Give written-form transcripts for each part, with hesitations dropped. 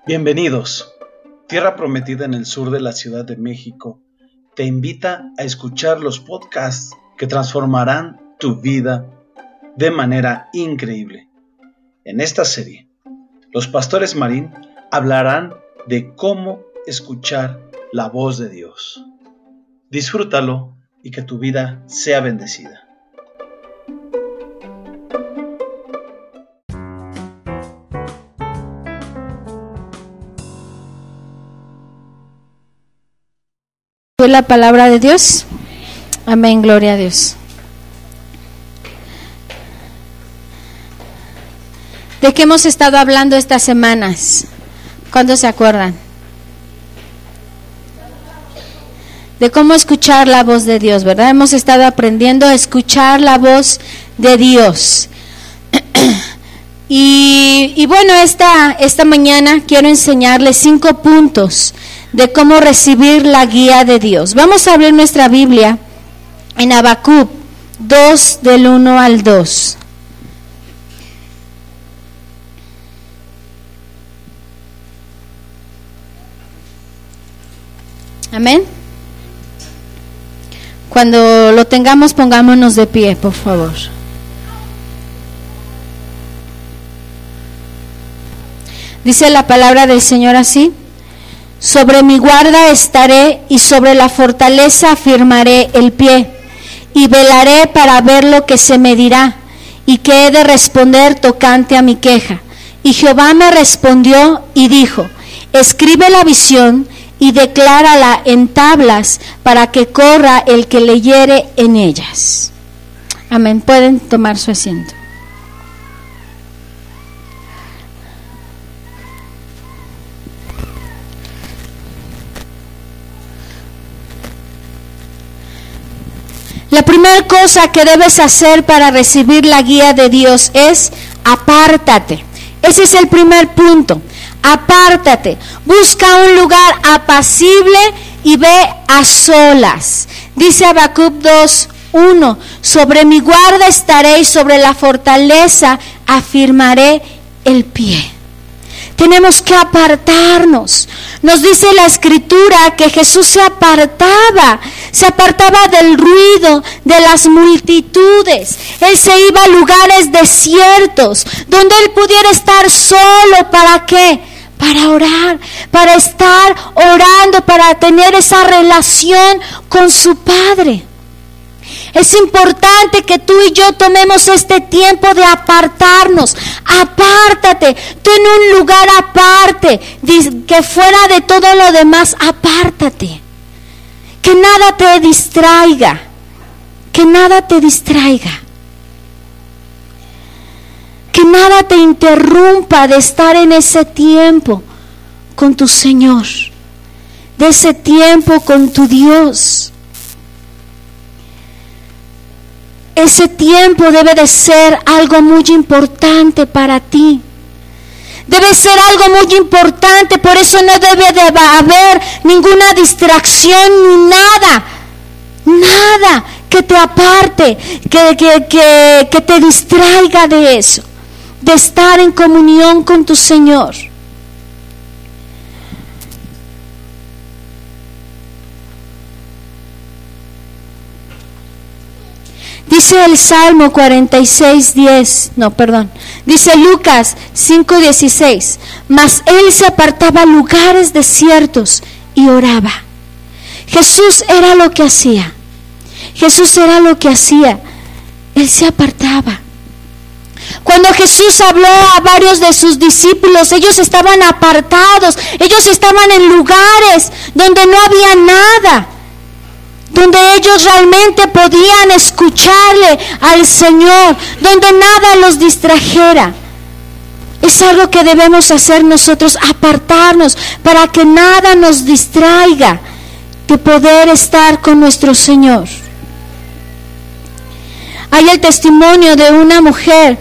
Bienvenidos. Tierra Prometida en el sur de la Ciudad de México te invita a escuchar los podcasts que transformarán tu vida de manera increíble. En esta serie, los pastores Marín hablarán de cómo escuchar la voz de Dios. Disfrútalo y que tu vida sea bendecida. ¿Fue la palabra de Dios? Amén, gloria a Dios. ¿De qué hemos estado hablando estas semanas? ¿Cuándo se acuerdan? De cómo escuchar la voz de Dios, ¿verdad? Hemos estado aprendiendo a escuchar la voz de Dios. Y bueno, esta mañana quiero enseñarles 5 puntos de cómo recibir la guía de Dios. Vamos a abrir nuestra Biblia en Habacuc 2, del 1 al 2. Amén. Cuando lo tengamos, pongámonos de pie, por favor. Dice la palabra del Señor así: sobre mi guarda estaré y sobre la fortaleza afirmaré el pie, y velaré para ver lo que se me dirá y qué he de responder tocante a mi queja. Y Jehová me respondió y dijo: escribe la visión y declárala en tablas para que corra el que leyere en ellas. Amén. Pueden tomar su asiento. La primera cosa que debes hacer para recibir la guía de Dios es apártate. Ese es el primer punto. Apártate. Busca un lugar apacible y ve a solas. Dice Habacuc 2:1: sobre mi guarda estaré y sobre la fortaleza afirmaré el pie. Tenemos que apartarnos. Nos dice la Escritura que Jesús se apartaba del ruido, de las multitudes. Él se iba a lugares desiertos, donde Él pudiera estar solo. ¿Para qué? Para orar, para estar orando, para tener esa relación con su Padre. Es importante que tú y yo tomemos este tiempo de apartarnos. Apártate, ten un lugar aparte, que fuera de todo lo demás, apártate. Que nada te distraiga, que nada te distraiga. Que nada te interrumpa de estar en ese tiempo con tu Señor, de ese tiempo con tu Dios. Ese tiempo debe de ser algo muy importante para ti. Debe ser algo muy importante, por eso no debe de haber ninguna distracción ni nada que te aparte, que te distraiga de eso, de estar en comunión con tu Señor. Dice el Salmo 46:10, dice Lucas 5:16, mas él se apartaba a lugares desiertos y oraba. Jesús era lo que hacía. Él se apartaba. Cuando Jesús habló a varios de sus discípulos, ellos estaban apartados, ellos estaban en lugares donde no había nada, donde ellos realmente podían escucharle al Señor, donde nada los distrajera. Es algo que debemos hacer nosotros, apartarnos para que nada nos distraiga de poder estar con nuestro Señor. Hay el testimonio de una mujer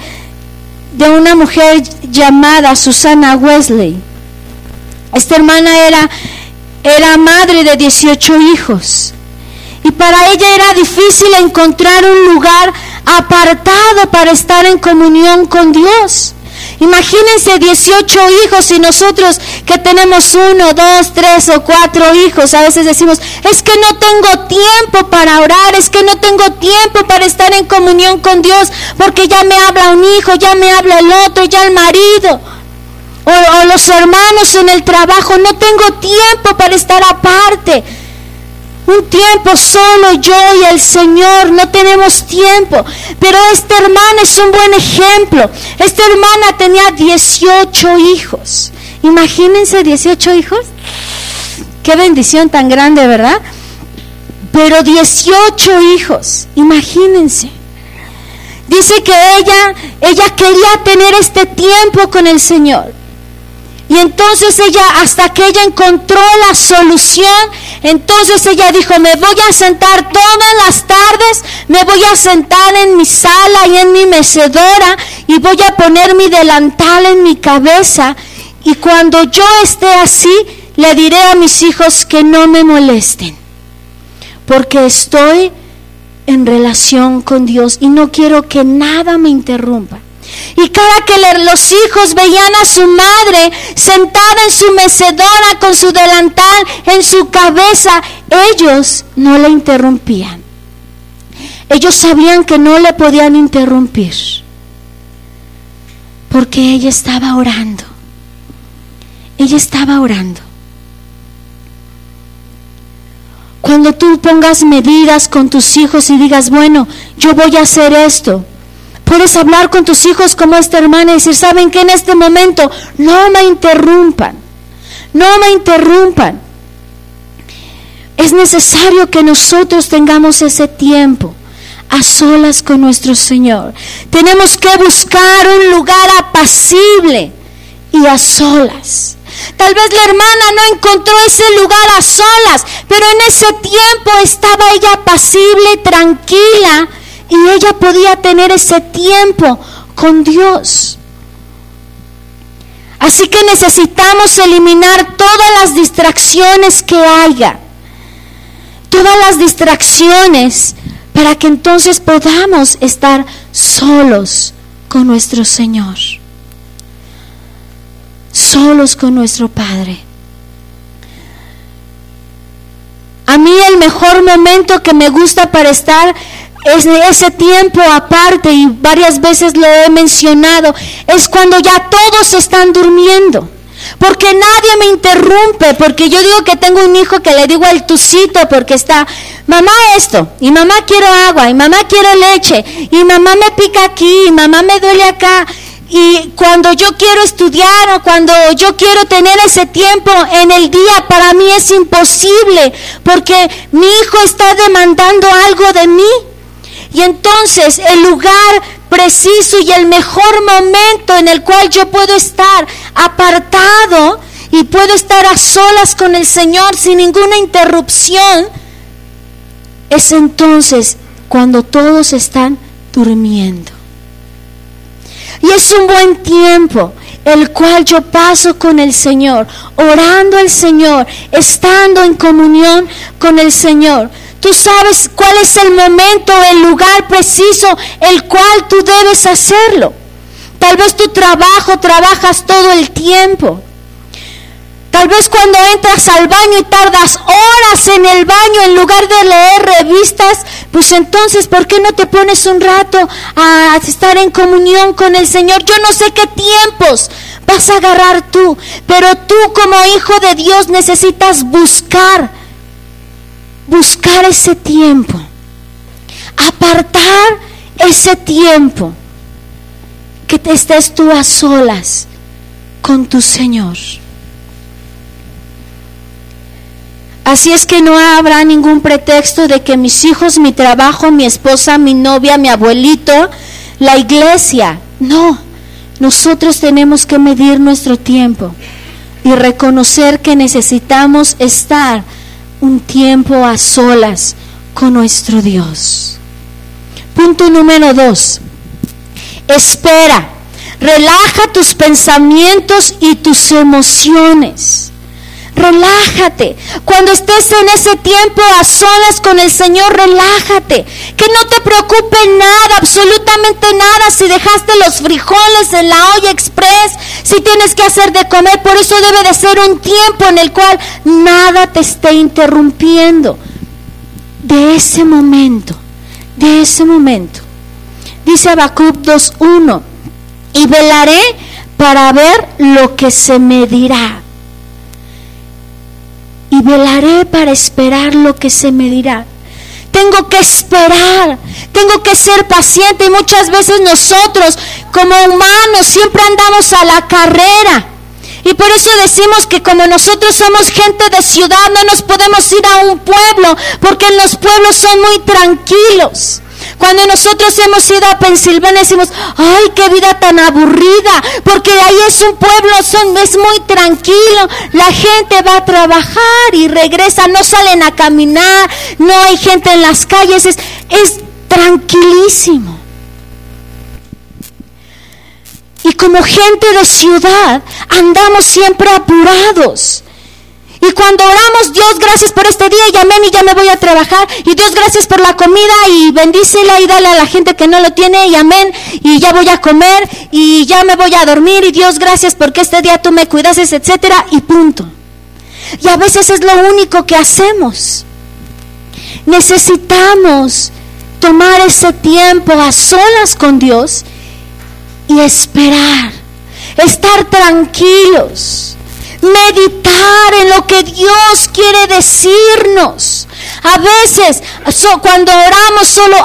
llamada Susana Wesley. Esta hermana era madre de 18 hijos. Y para ella era difícil encontrar un lugar apartado para estar en comunión con Dios. Imagínense 18 hijos y nosotros que tenemos 1, 2, 3 o 4 hijos. A veces decimos, es que no tengo tiempo para orar, es que no tengo tiempo para estar en comunión con Dios, porque ya me habla un hijo, ya me habla el otro, ya el marido, o los hermanos en el trabajo. No tengo tiempo para estar aparte. Un tiempo solo yo y el Señor, no tenemos tiempo. Pero esta hermana es un buen ejemplo. Esta hermana tenía 18 hijos. Imagínense 18 hijos. Qué bendición tan grande, ¿verdad? Pero 18 hijos, imagínense. Dice que ella quería tener este tiempo con el Señor. Y entonces hasta que ella encontró la solución, entonces ella dijo, me voy a sentar todas las tardes, me voy a sentar en mi sala y en mi mecedora y voy a poner mi delantal en mi cabeza, y cuando yo esté así, le diré a mis hijos que no me molesten, porque estoy en relación con Dios y no quiero que nada me interrumpa. Y cada que los hijos veían a su madre sentada en su mecedora con su delantal en su cabeza, ellos no la interrumpían. Ellos sabían que no le podían interrumpir, porque ella estaba orando. Ella estaba orando. Cuando tú pongas medidas con tus hijos y digas, bueno, yo voy a hacer esto, puedes hablar con tus hijos como esta hermana y decir, ¿saben qué? En este momento no me interrumpan, no me interrumpan. Es necesario que nosotros tengamos ese tiempo a solas con nuestro Señor. Tenemos que buscar un lugar apacible y a solas. Tal vez la hermana no encontró ese lugar a solas, pero en ese tiempo estaba ella apacible, tranquila, y ella podía tener ese tiempo con Dios. Así que necesitamos eliminar todas las distracciones que haya, todas las distracciones, para que entonces podamos estar solos con nuestro Señor, solos con nuestro Padre. A mí el mejor momento que me gusta para estar es ese tiempo aparte, y varias veces lo he mencionado, es cuando ya todos están durmiendo, porque nadie me interrumpe, porque yo digo que tengo un hijo que le digo el tucito, porque está, mamá esto, y mamá quiero agua, y mamá quiero leche, y mamá me pica aquí, y mamá me duele acá. Y cuando yo quiero estudiar o cuando yo quiero tener ese tiempo en el día, para mí es imposible, porque mi hijo está demandando algo de mí. Y entonces el lugar preciso y el mejor momento en el cual yo puedo estar apartado y puedo estar a solas con el Señor sin ninguna interrupción, es entonces cuando todos están durmiendo. Y es un buen tiempo el cual yo paso con el Señor, orando al Señor, estando en comunión con el Señor. Tú sabes cuál es el momento, el lugar preciso, el cual tú debes hacerlo. Tal vez tu trabajas todo el tiempo. Tal vez cuando entras al baño y tardas horas en el baño en lugar de leer revistas, pues entonces, ¿por qué no te pones un rato a estar en comunión con el Señor? Yo no sé qué tiempos vas a agarrar tú, pero tú como hijo de Dios necesitas buscar ese tiempo, apartar ese tiempo, que te estés tú a solas con tu Señor. Así es que no habrá ningún pretexto de que mis hijos, mi trabajo, mi esposa, mi novia, mi abuelito, la iglesia. No, nosotros tenemos que medir nuestro tiempo y reconocer que necesitamos estar un tiempo a solas con nuestro Dios. Punto número 2. Espera, relaja tus pensamientos y tus emociones. Relájate. Cuando estés en ese tiempo a solas con el Señor, relájate. Que no te preocupe nada, absolutamente nada. Si dejaste los frijoles en la olla express, si tienes que hacer de comer, por eso debe de ser un tiempo en el cual nada te esté interrumpiendo. De ese momento. Dice Habacuc 2:1, y velaré para ver lo que se me dirá. Y velaré para esperar lo que se me dirá. Tengo que esperar, tengo que ser paciente. Y muchas veces nosotros como humanos siempre andamos a la carrera. Y por eso decimos que como nosotros somos gente de ciudad, no nos podemos ir a un pueblo, porque en los pueblos son muy tranquilos. Cuando nosotros hemos ido a Pensilvania decimos, ay, qué vida tan aburrida, porque ahí es un pueblo, es muy tranquilo, la gente va a trabajar y regresa, no salen a caminar, no hay gente en las calles, es tranquilísimo. Y como gente de ciudad andamos siempre apurados. Y cuando oramos, Dios, gracias por este día y amén, y ya me voy a trabajar. Y Dios, gracias por la comida y bendícela y dale a la gente que no lo tiene y amén. Y ya voy a comer y ya me voy a dormir. Y Dios, gracias porque este día tú me cuidases, etcétera. Y punto. Y a veces es lo único que hacemos. Necesitamos tomar ese tiempo a solas con Dios y esperar, estar tranquilos. Meditar en lo que Dios quiere decirnos. A veces cuando oramos solo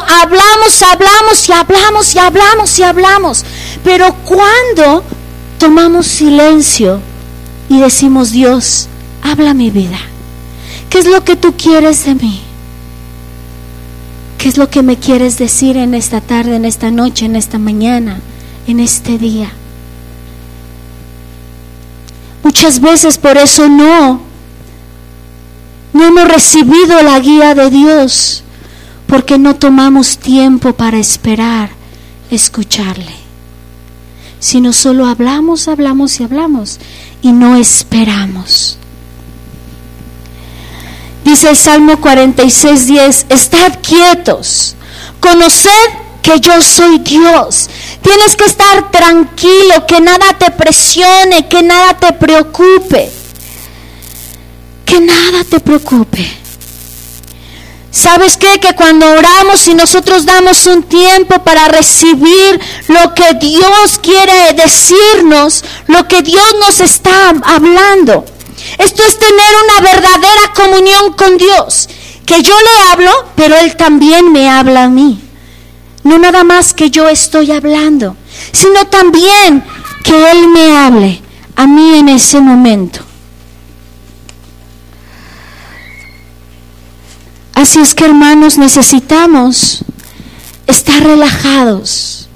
hablamos. Pero cuando tomamos silencio y decimos, Dios, habla mi vida. ¿Qué es lo que tú quieres de mí? ¿Qué es lo que me quieres decir en esta tarde, en esta noche, en esta mañana, en este día? Muchas veces por eso no hemos recibido la guía de Dios, porque no tomamos tiempo para esperar, escucharle, sino solo hablamos y no esperamos. Dice el Salmo 46:10, estad quietos, conoced que yo soy Dios. Tienes que estar tranquilo, que nada te presione, que nada te preocupe. Que nada te preocupe. ¿Sabes qué? Que cuando oramos y nosotros damos un tiempo para recibir lo que Dios quiere decirnos, lo que Dios nos está hablando, esto es tener una verdadera comunión con Dios. Que yo le hablo, pero Él también me habla a mí. No nada más que yo estoy hablando, sino también que Él me hable a mí en ese momento. Así es que, hermanos, necesitamos estar relajados.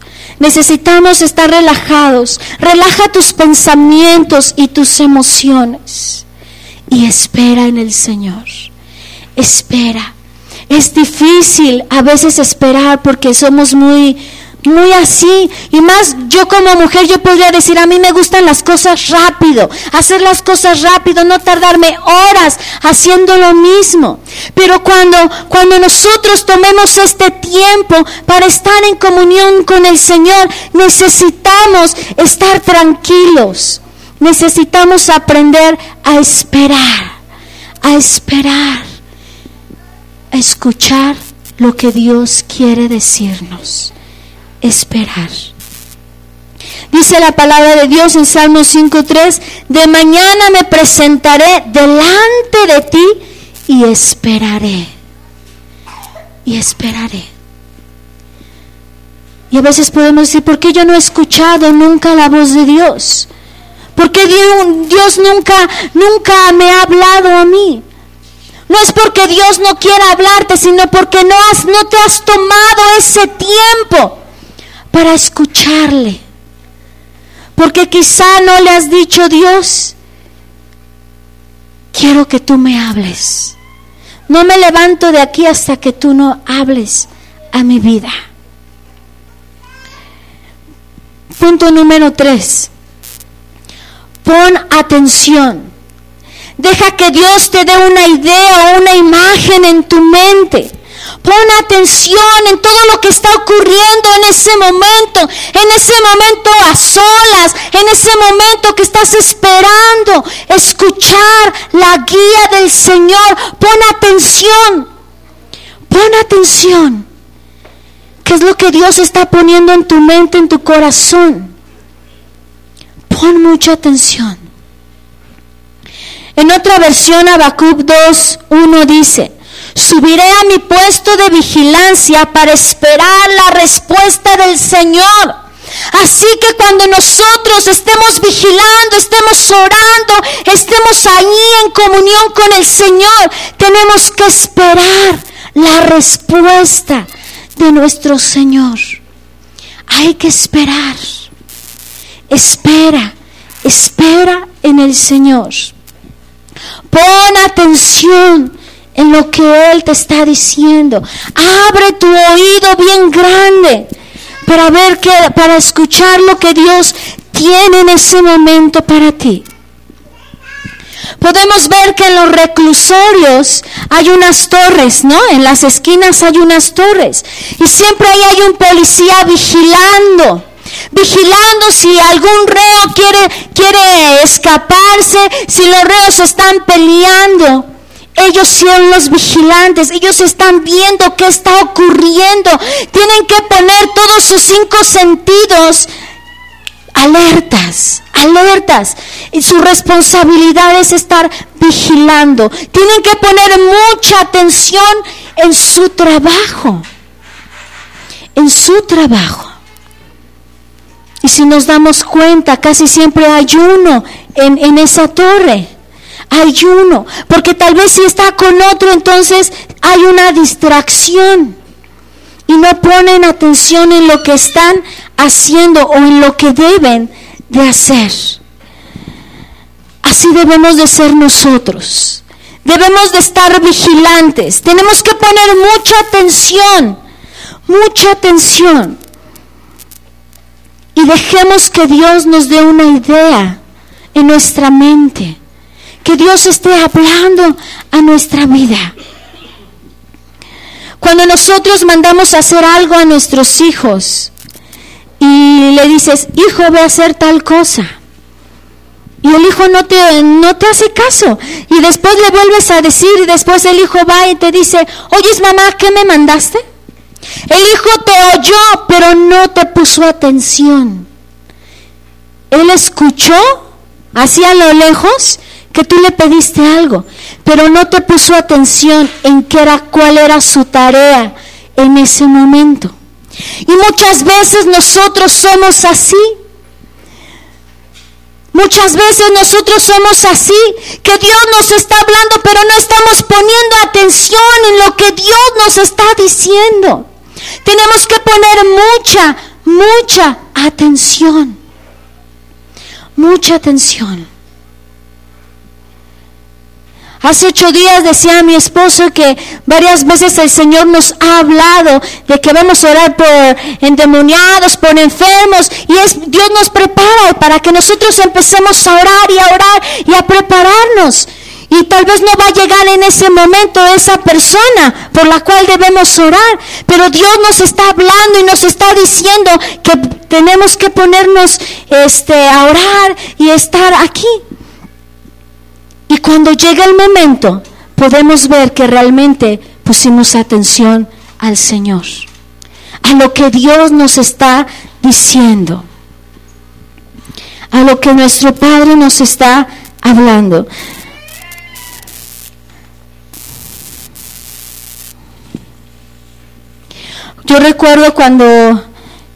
Relaja tus pensamientos y tus emociones y espera en el Señor. Espera. Es difícil a veces esperar porque somos muy así, y más yo como mujer, yo podría decir, a mí me gustan las cosas rápido, hacer las cosas rápido, no tardarme horas haciendo lo mismo. Pero cuando nosotros tomemos este tiempo para estar en comunión con el Señor, necesitamos estar tranquilos, necesitamos aprender a esperar, a escuchar lo que Dios quiere decirnos. Esperar. Dice la palabra de Dios en Salmo 5:3, de mañana me presentaré delante de ti y esperaré. Y a veces podemos decir, ¿por qué yo no he escuchado nunca la voz de Dios? ¿Por qué Dios nunca me ha hablado a mí? No es porque Dios no quiera hablarte, sino porque no te has tomado ese tiempo para escucharle. Porque quizá no le has dicho, Dios, quiero que tú me hables. No me levanto de aquí hasta que tú no hables a mi vida. Punto número 3. Pon atención. Deja que Dios te dé una idea o una imagen en tu mente. Pon atención en todo lo que está ocurriendo en ese momento a solas, en ese momento que estás esperando escuchar la guía del Señor. Pon atención. ¿Qué es lo que Dios está poniendo en tu mente, en tu corazón? Pon mucha atención. En otra versión, Habacuc 2:1 dice: subiré a mi puesto de vigilancia para esperar la respuesta del Señor. Así que cuando nosotros estemos vigilando, estemos orando, estemos ahí en comunión con el Señor, tenemos que esperar la respuesta de nuestro Señor. Hay que esperar. Espera en el Señor. Pon atención en lo que Él te está diciendo. Abre tu oído bien grande para escuchar lo que Dios tiene en ese momento para ti. Podemos ver que en los reclusorios hay unas torres, ¿no? En las esquinas hay unas torres. Y siempre ahí hay un policía vigilando si algún reo quiere escaparse, si los reos están peleando. Ellos son los vigilantes, ellos están viendo qué está ocurriendo. Tienen que poner todos sus 5 sentidos alertas. Y su responsabilidad es estar vigilando. Tienen que poner mucha atención en su trabajo. Y si nos damos cuenta, casi siempre hay uno en esa torre. Hay uno, porque tal vez si está con otro, entonces hay una distracción y no ponen atención en lo que están haciendo o en lo que deben de hacer. Así debemos de ser nosotros. Debemos de estar vigilantes. Tenemos que poner mucha atención. Y dejemos que Dios nos dé una idea en nuestra mente. Que Dios esté hablando a nuestra vida. Cuando nosotros mandamos a hacer algo a nuestros hijos y le dices: hijo, ve a hacer tal cosa, y el hijo no te hace caso, y después le vuelves a decir, y después el hijo va y te dice: oyes mamá, ¿qué me mandaste? El hijo te oyó, pero no te puso atención. Él escuchó hacia lo lejos que tú le pediste algo, pero no te puso atención en cuál era su tarea en ese momento. Y muchas veces nosotros somos así. Que Dios nos está hablando, pero no estamos poniendo atención en lo que Dios nos está diciendo. Tenemos que poner mucha atención. Mucha atención. Hace 8 días decía mi esposo que varias veces el Señor nos ha hablado de que vamos a orar por endemoniados, por enfermos, y Dios nos prepara para que nosotros empecemos a orar y a prepararnos. Y tal vez no va a llegar en ese momento esa persona por la cual debemos orar, pero Dios nos está hablando y nos está diciendo que tenemos que ponernos a orar y estar aquí. Y cuando llega el momento, podemos ver que realmente pusimos atención al Señor, a lo que Dios nos está diciendo, a lo que nuestro Padre nos está hablando. Yo recuerdo cuando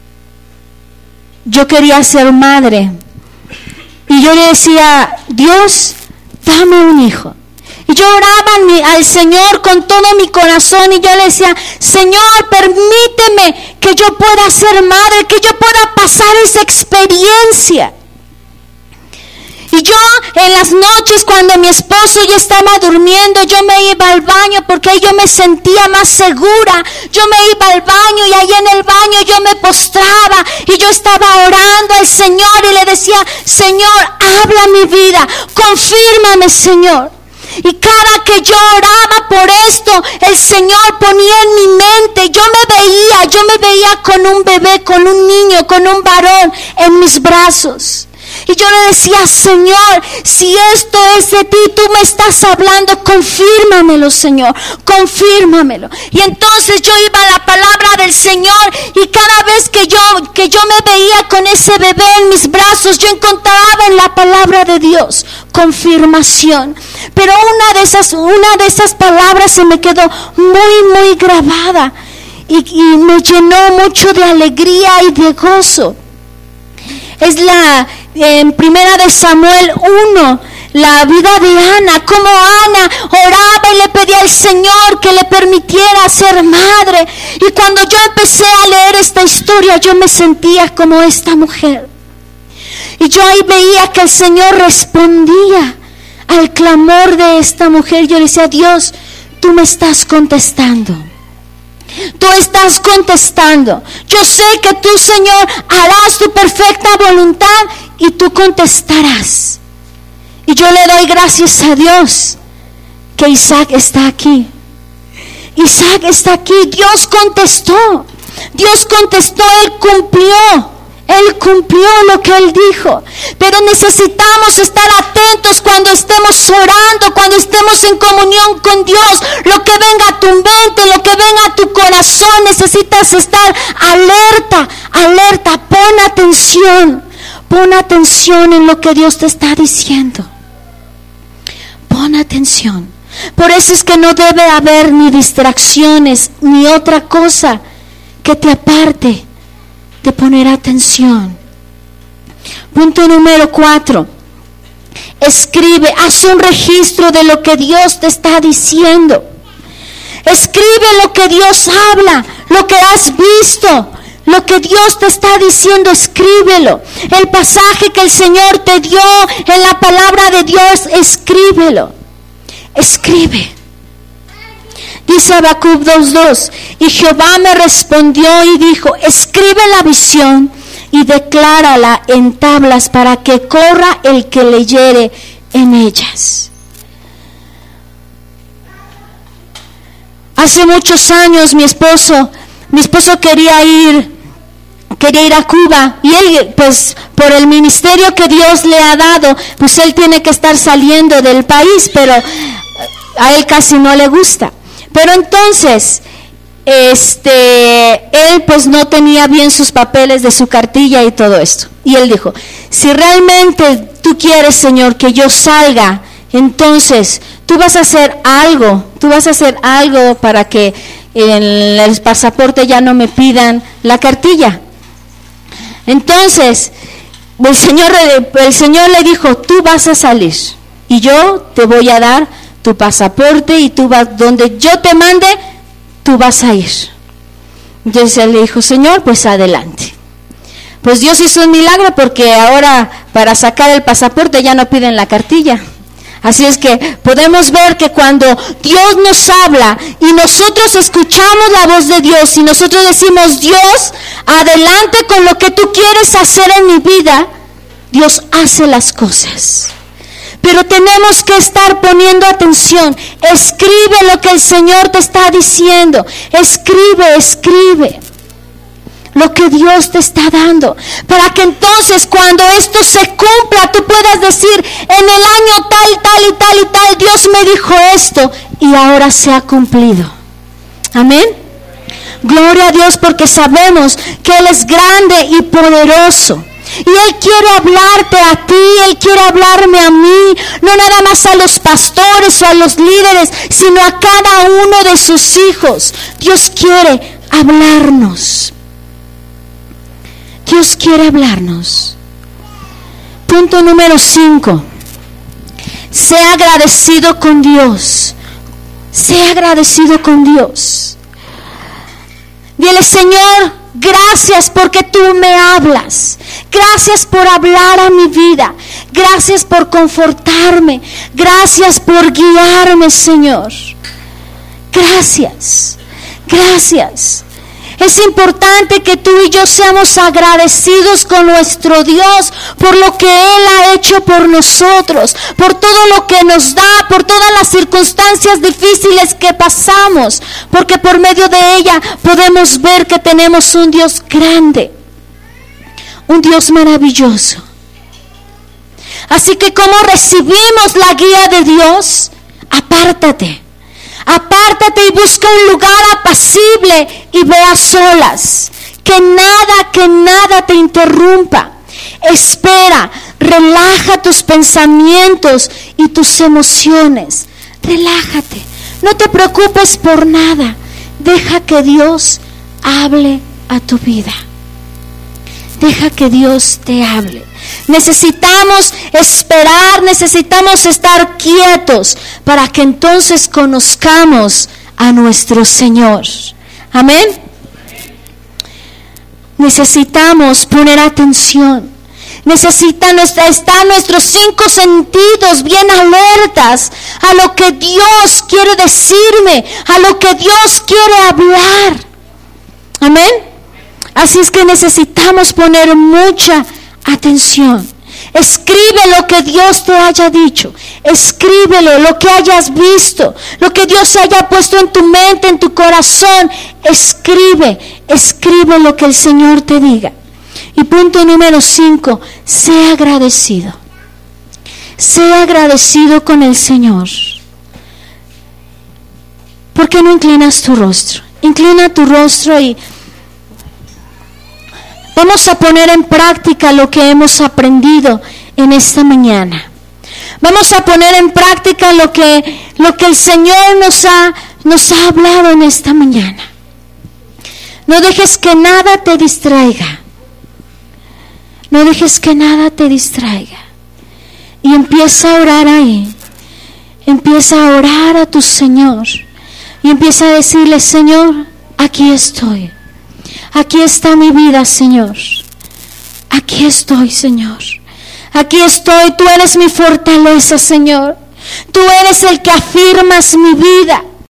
yo quería ser madre y yo le decía: Dios, dame un hijo. Y yo oraba al Señor con todo mi corazón y yo le decía: Señor, permíteme que yo pueda ser madre, que yo pueda pasar esa experiencia. Y yo en las noches cuando mi esposo ya estaba durmiendo, yo me iba al baño porque ahí yo me sentía más segura. Yo me iba al baño y ahí en el baño yo me postraba y yo estaba orando al Señor y le decía, Señor, habla mi vida, confírmame, Señor. Y cada que yo oraba por esto, el Señor ponía en mi mente, yo me veía con un bebé, con un niño, con un varón en mis brazos. Y yo le decía, Señor, si esto es de ti, tú me estás hablando, confírmamelo, Señor, confírmamelo. Y entonces yo iba a la palabra del Señor y cada vez que yo me veía con ese bebé en mis brazos, yo encontraba en la palabra de Dios confirmación. Pero una de esas palabras se me quedó muy grabada y me llenó mucho de alegría y de gozo. Es en Primera de Samuel 1, la vida de Ana, como Ana oraba y le pedía al Señor que le permitiera ser madre. Y cuando yo empecé a leer esta historia, yo me sentía como esta mujer. Y yo ahí veía que el Señor respondía al clamor de esta mujer. Yo le decía, Dios, tú me estás contestando. Tú estás contestando. Yo sé que tú, Señor, harás tu perfecta voluntad y tú contestarás. Y yo le doy gracias a Dios que Isaac está aquí. Isaac está aquí. Dios contestó. Dios contestó. Él cumplió lo que Él dijo. Pero necesitamos estar atentos cuando estemos orando, cuando estemos en comunión con Dios. Lo que venga a tu mente, lo que venga a tu corazón, necesitas estar alerta. Pon atención en lo que Dios te está diciendo. Pon atención. Por eso es que no debe haber ni distracciones, ni otra cosa que te aparte de poner atención. Punto número 4. Escribe, haz un registro de lo que Dios te está diciendo. Escribe lo que Dios habla, lo que has visto, lo que Dios te está diciendo, escríbelo. El pasaje que el Señor te dio en la palabra de Dios, escríbelo. Escribe. Dice Habacuc 2:2, y Jehová me respondió y dijo, escribe la visión y declárala en tablas para que corra el que leyere en ellas. Hace muchos años mi esposo quería ir a Cuba y él, pues por el ministerio que Dios le ha dado, pues él tiene que estar saliendo del país, pero a él casi no le gusta. Pero entonces, él pues no tenía bien sus papeles de su cartilla y todo esto. Y él dijo, si realmente tú quieres, Señor, que yo salga, entonces tú vas a hacer algo para que en el pasaporte ya no me pidan la cartilla. Entonces, el Señor le dijo, tú vas a salir y yo te voy a dar tu pasaporte y tú vas, donde yo te mande, tú vas a ir. Entonces él le dijo, Señor, pues adelante. Pues Dios hizo un milagro porque ahora para sacar el pasaporte ya no piden la cartilla. Así es que podemos ver que cuando Dios nos habla y nosotros escuchamos la voz de Dios y nosotros decimos, Dios, adelante con lo que tú quieres hacer en mi vida, Dios hace las cosas. Pero tenemos que estar poniendo atención. Escribe lo que el Señor te está diciendo. Escribe lo que Dios te está dando, para que entonces cuando esto se cumpla, tú puedas decir, en el año tal, Dios me dijo esto y ahora se ha cumplido. Amén. Gloria a Dios, porque sabemos que Él es grande y poderoso. Y Él quiere hablarte a ti, Él quiere hablarme a mí, no nada más a los pastores o a los líderes, sino a cada uno de sus hijos. Dios quiere hablarnos. Dios quiere hablarnos. Punto número 5. Sea agradecido con Dios. Sea agradecido con Dios. Dile, Señor, gracias porque tú me hablas. Gracias por hablar a mi vida. Gracias por confortarme. Gracias por guiarme, Señor. Gracias. Gracias. Es importante que tú y yo seamos agradecidos con nuestro Dios por lo que Él ha hecho por nosotros, por todo lo que nos da, por todas las circunstancias difíciles que pasamos, porque por medio de ella podemos ver que tenemos un Dios grande, un Dios maravilloso. Así que ¿cómo recibimos la guía de Dios? Apártate. Apártate y busca un lugar apacible y ve a solas. Que nada te interrumpa. Espera, relaja tus pensamientos y tus emociones. Relájate, no te preocupes por nada. Deja que Dios hable a tu vida. Deja que Dios te hable. Necesitamos esperar, necesitamos estar quietos para que entonces conozcamos a nuestro Señor. Amén. Necesitamos poner atención. Están nuestros 5 sentidos bien alertas a lo que Dios quiere decirme, a lo que Dios quiere hablar. Amén. Así es que necesitamos poner mucha atención. Escribe lo que Dios te haya dicho. Escríbelo, lo que hayas visto, lo que Dios haya puesto en tu mente, en tu corazón. Escribe lo que el Señor te diga. Y punto número 5, sé agradecido. Sé agradecido con el Señor. ¿Por qué no inclinas tu rostro? Inclina tu rostro y vamos a poner en práctica lo que hemos aprendido en esta mañana. Vamos a poner en práctica lo que el Señor nos ha hablado en esta mañana. No dejes que nada te distraiga. No dejes que nada te distraiga. Y empieza a orar ahí. Empieza a orar a tu Señor. Y empieza a decirle: Señor, aquí estoy. Aquí está mi vida, Señor. Aquí estoy, Señor. Aquí estoy. Tú eres mi fortaleza, Señor. Tú eres el que afirmas mi vida.